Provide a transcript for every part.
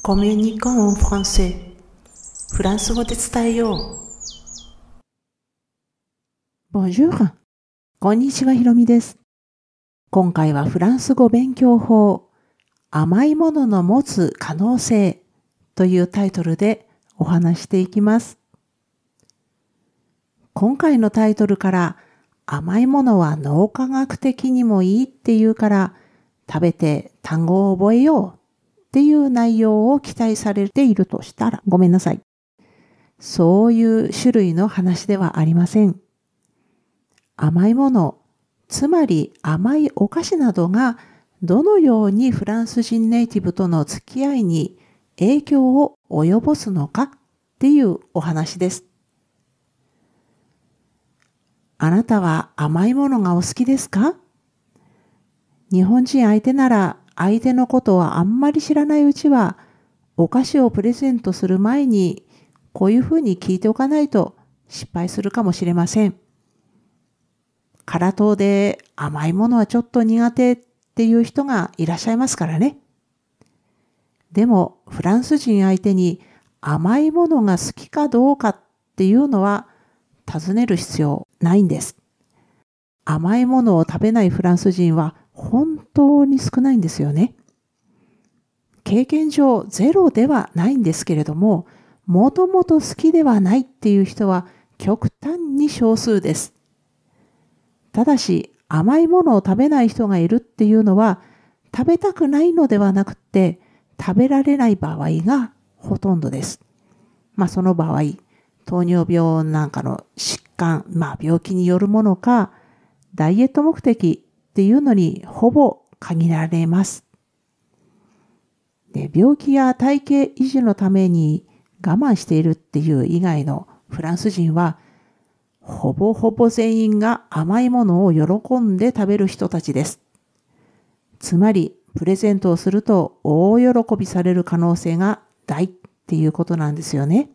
Communiquons en français。フランス語で伝えよう。 Bonjour。こんにちは、ひろみです。今回はフランス語勉強法、甘いものの持つ可能性というタイトルでお話していきます。今回のタイトルから甘いものは脳科学的にもいいっていうから食べて単語を覚えようっていう内容を期待されているとしたらごめんなさい。そういう種類の話ではありません。甘いもの、つまり甘いお菓子などがどのようにフランス人ネイティブとの付き合いに影響を及ぼすのかっていうお話です。あなたは甘いものがお好きですか？日本人相手なら相手のことはあんまり知らないうちはお菓子をプレゼントする前にこういうふうに聞いておかないと失敗するかもしれません。辛党で甘いものはちょっと苦手っていう人がいらっしゃいますからね。でもフランス人相手に甘いものが好きかどうかっていうのは尋ねる必要ないんです。甘いものを食べないフランス人は本当に少ないんですよね。経験上ゼロではないんですけれども、もともと好きではないっていう人は極端に少数です。ただし甘いものを食べない人がいるっていうのは食べたくないのではなくて食べられない場合がほとんどです。その場合、糖尿病なんかの疾患、病気によるものか、ダイエット目的っていうのにほぼ限られます。で、病気や体型維持のために我慢しているっていう以外のフランス人は、ほぼほぼ全員が甘いものを喜んで食べる人たちです。つまり、プレゼントをすると大喜びされる可能性が大っていうことなんですよね。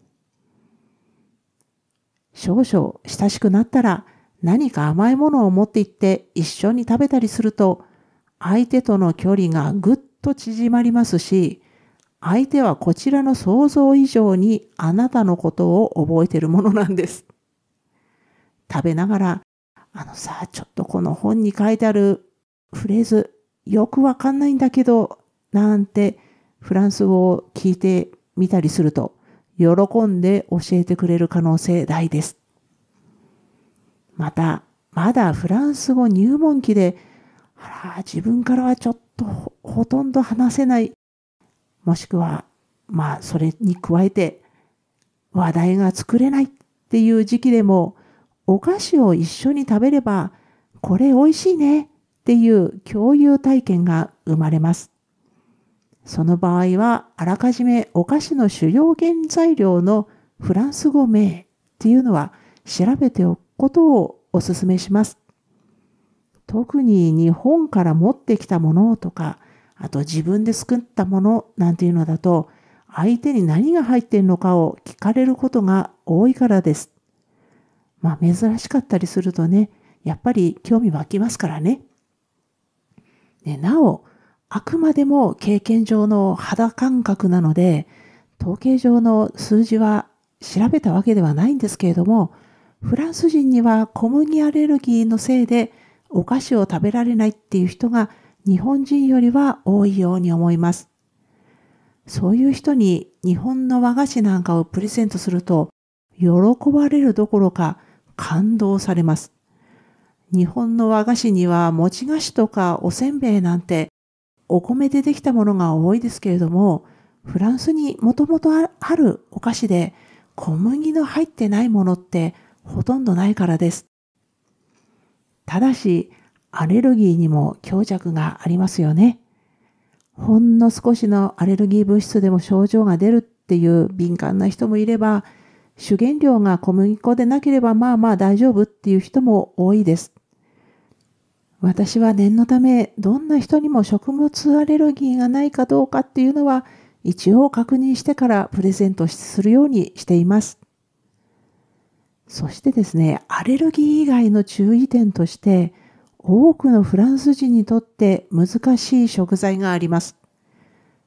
少々親しくなったら何か甘いものを持って行って一緒に食べたりすると、相手との距離がぐっと縮まりますし、相手はこちらの想像以上にあなたのことを覚えているものなんです。食べながら、ちょっとこの本に書いてあるフレーズ、よくわかんないんだけど、なんてフランス語を聞いてみたりすると、喜んで教えてくれる可能性大です。また、まだフランス語入門期で、自分からはちょっとほとんど話せない、もしくは、それに加えて、話題が作れないっていう時期でも、お菓子を一緒に食べれば、これ美味しいねっていう共有体験が生まれます。その場合は、あらかじめお菓子の主要原材料のフランス語名っていうのは調べておくことをお勧めします。特に日本から持ってきたものとか、あと自分で作ったものなんていうのだと、相手に何が入っているのかを聞かれることが多いからです。珍しかったりするとね、やっぱり興味湧きますからね。なお、あくまでも経験上の肌感覚なので、統計上の数字は調べたわけではないんですけれども、フランス人には小麦アレルギーのせいでお菓子を食べられないっていう人が日本人よりは多いように思います。そういう人に日本の和菓子なんかをプレゼントすると、喜ばれるどころか感動されます。日本の和菓子には餅菓子とかおせんべいなんてお米でできたものが多いですけれども、フランスにもともとあるお菓子で小麦の入ってないものってほとんどないからです。ただし、アレルギーにも強弱がありますよね。ほんの少しのアレルギー物質でも症状が出るっていう敏感な人もいれば、主原料が小麦粉でなければ大丈夫っていう人も多いです。私は念のため、どんな人にも食物アレルギーがないかどうかっていうのは、一応確認してからプレゼントするようにしています。そしてですね、アレルギー以外の注意点として、多くのフランス人にとって難しい食材があります。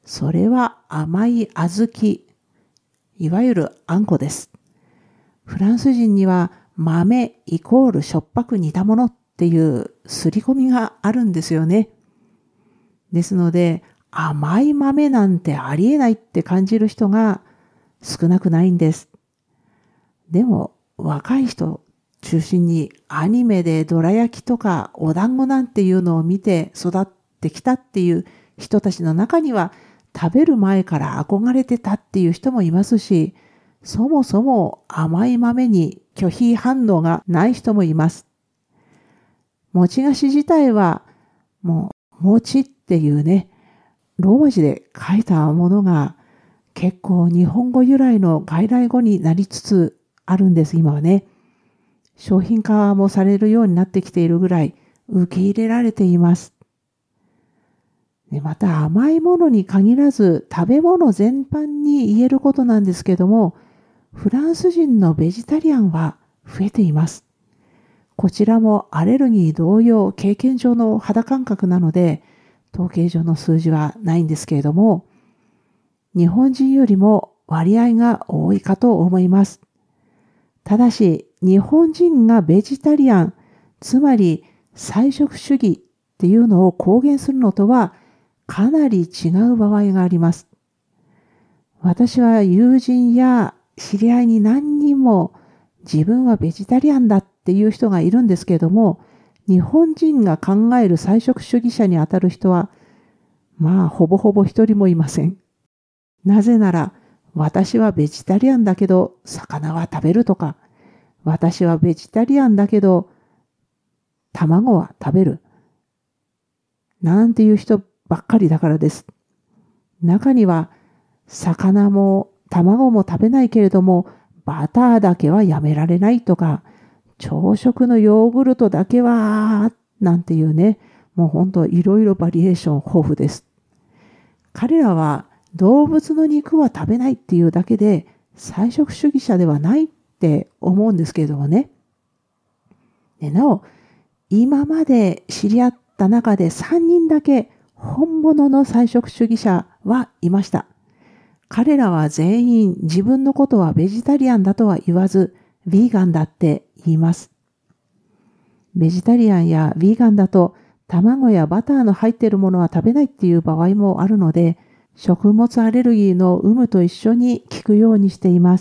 それは甘い小豆、いわゆるあんこです。フランス人には豆イコールしょっぱく煮たものっていう刷り込みがあるんですよね。ですので、甘い豆なんてありえないって感じる人が少なくないんです。でも若い人中心にアニメでどら焼きとかお団子なんていうのを見て育ってきたっていう人たちの中には、食べる前から憧れてたっていう人もいますし、そもそも甘い豆に拒否反応がない人もいます。餅菓子自体はもう餅っていうね、ローマ字で書いたものが結構日本語由来の外来語になりつつあるんです、今はね。商品化もされるようになってきているぐらい受け入れられています。また甘いものに限らず食べ物全般に言えることなんですけども、フランス人のベジタリアンは増えています。こちらもアレルギー同様経験上の肌感覚なので統計上の数字はないんですけれども、日本人よりも割合が多いかと思います。ただし日本人がベジタリアン、つまり菜食主義っていうのを公言するのとはかなり違う場合があります。私は友人や知り合いに何人も自分はベジタリアンだっていう人がいるんですけれども、日本人が考える菜食主義者にあたる人はほぼほぼ一人もいません。なぜなら私はベジタリアンだけど魚は食べるとか、私はベジタリアンだけど卵は食べるなんていう人ばっかりだからです。中には魚も卵も食べないけれどもバターだけはやめられないとか、朝食のヨーグルトだけはなんていうね、もう本当いろいろバリエーション豊富です。彼らは動物の肉は食べないっていうだけで菜食主義者ではないって思うんですけれどもね。なお今まで知り合った中で3人だけ本物の菜食主義者はいました。彼らは全員自分のことはベジタリアンだとは言わず、ヴィーガンだって言います。ベジタリアンやヴィーガンだと卵やバターの入っているものは食べないっていう場合もあるので、食物アレルギーの有無と一緒に聞くようにしています。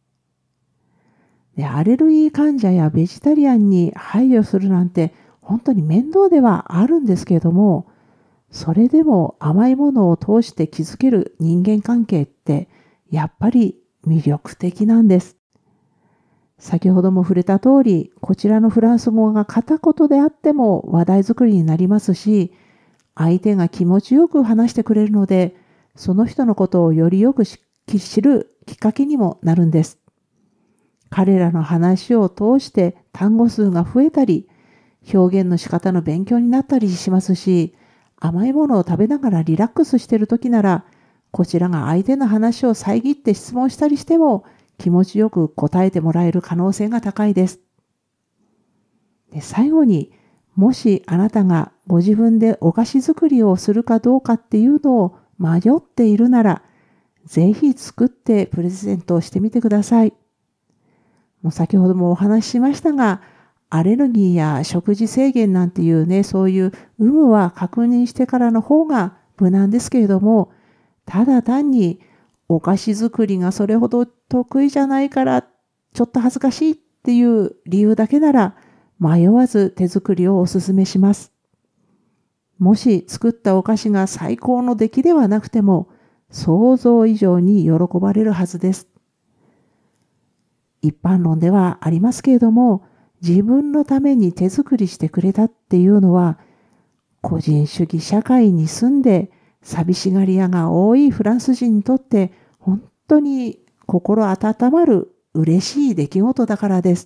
アレルギー患者やベジタリアンに配慮するなんて本当に面倒ではあるんですけれども、それでも甘いものを通して築ける人間関係ってやっぱり魅力的なんです。先ほども触れた通り、こちらのフランス語が片言であっても話題作りになりますし、相手が気持ちよく話してくれるので、その人のことをよりよく知るきっかけにもなるんです。彼らの話を通して単語数が増えたり、表現の仕方の勉強になったりしますし、甘いものを食べながらリラックスしている時なら、こちらが相手の話を遮って質問したりしても気持ちよく答えてもらえる可能性が高いです。で、最後に、もしあなたがご自分でお菓子作りをするかどうかっていうのを迷っているなら、ぜひ作ってプレゼントをしてみてください。もう先ほどもお話ししましたが、アレルギーや食事制限なんていうね、そういう有無は確認してからの方が無難ですけれども、ただ単にお菓子作りがそれほど得意じゃないからちょっと恥ずかしいっていう理由だけなら迷わず手作りをお勧めします。もし作ったお菓子が最高の出来ではなくても想像以上に喜ばれるはずです。一般論ではありますけれども、自分のために手作りしてくれたっていうのは、個人主義社会に住んで寂しがり屋が多いフランス人にとって本当に心温まる嬉しい出来事だからです。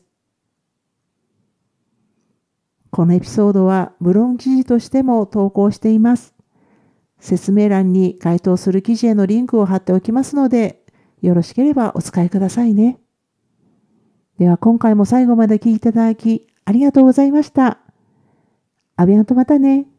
このエピソードはブログ記事としても投稿しています。説明欄に該当する記事へのリンクを貼っておきますので、よろしければお使いくださいね。では今回も最後まで聞いていただきありがとうございました。アビアンとまたね。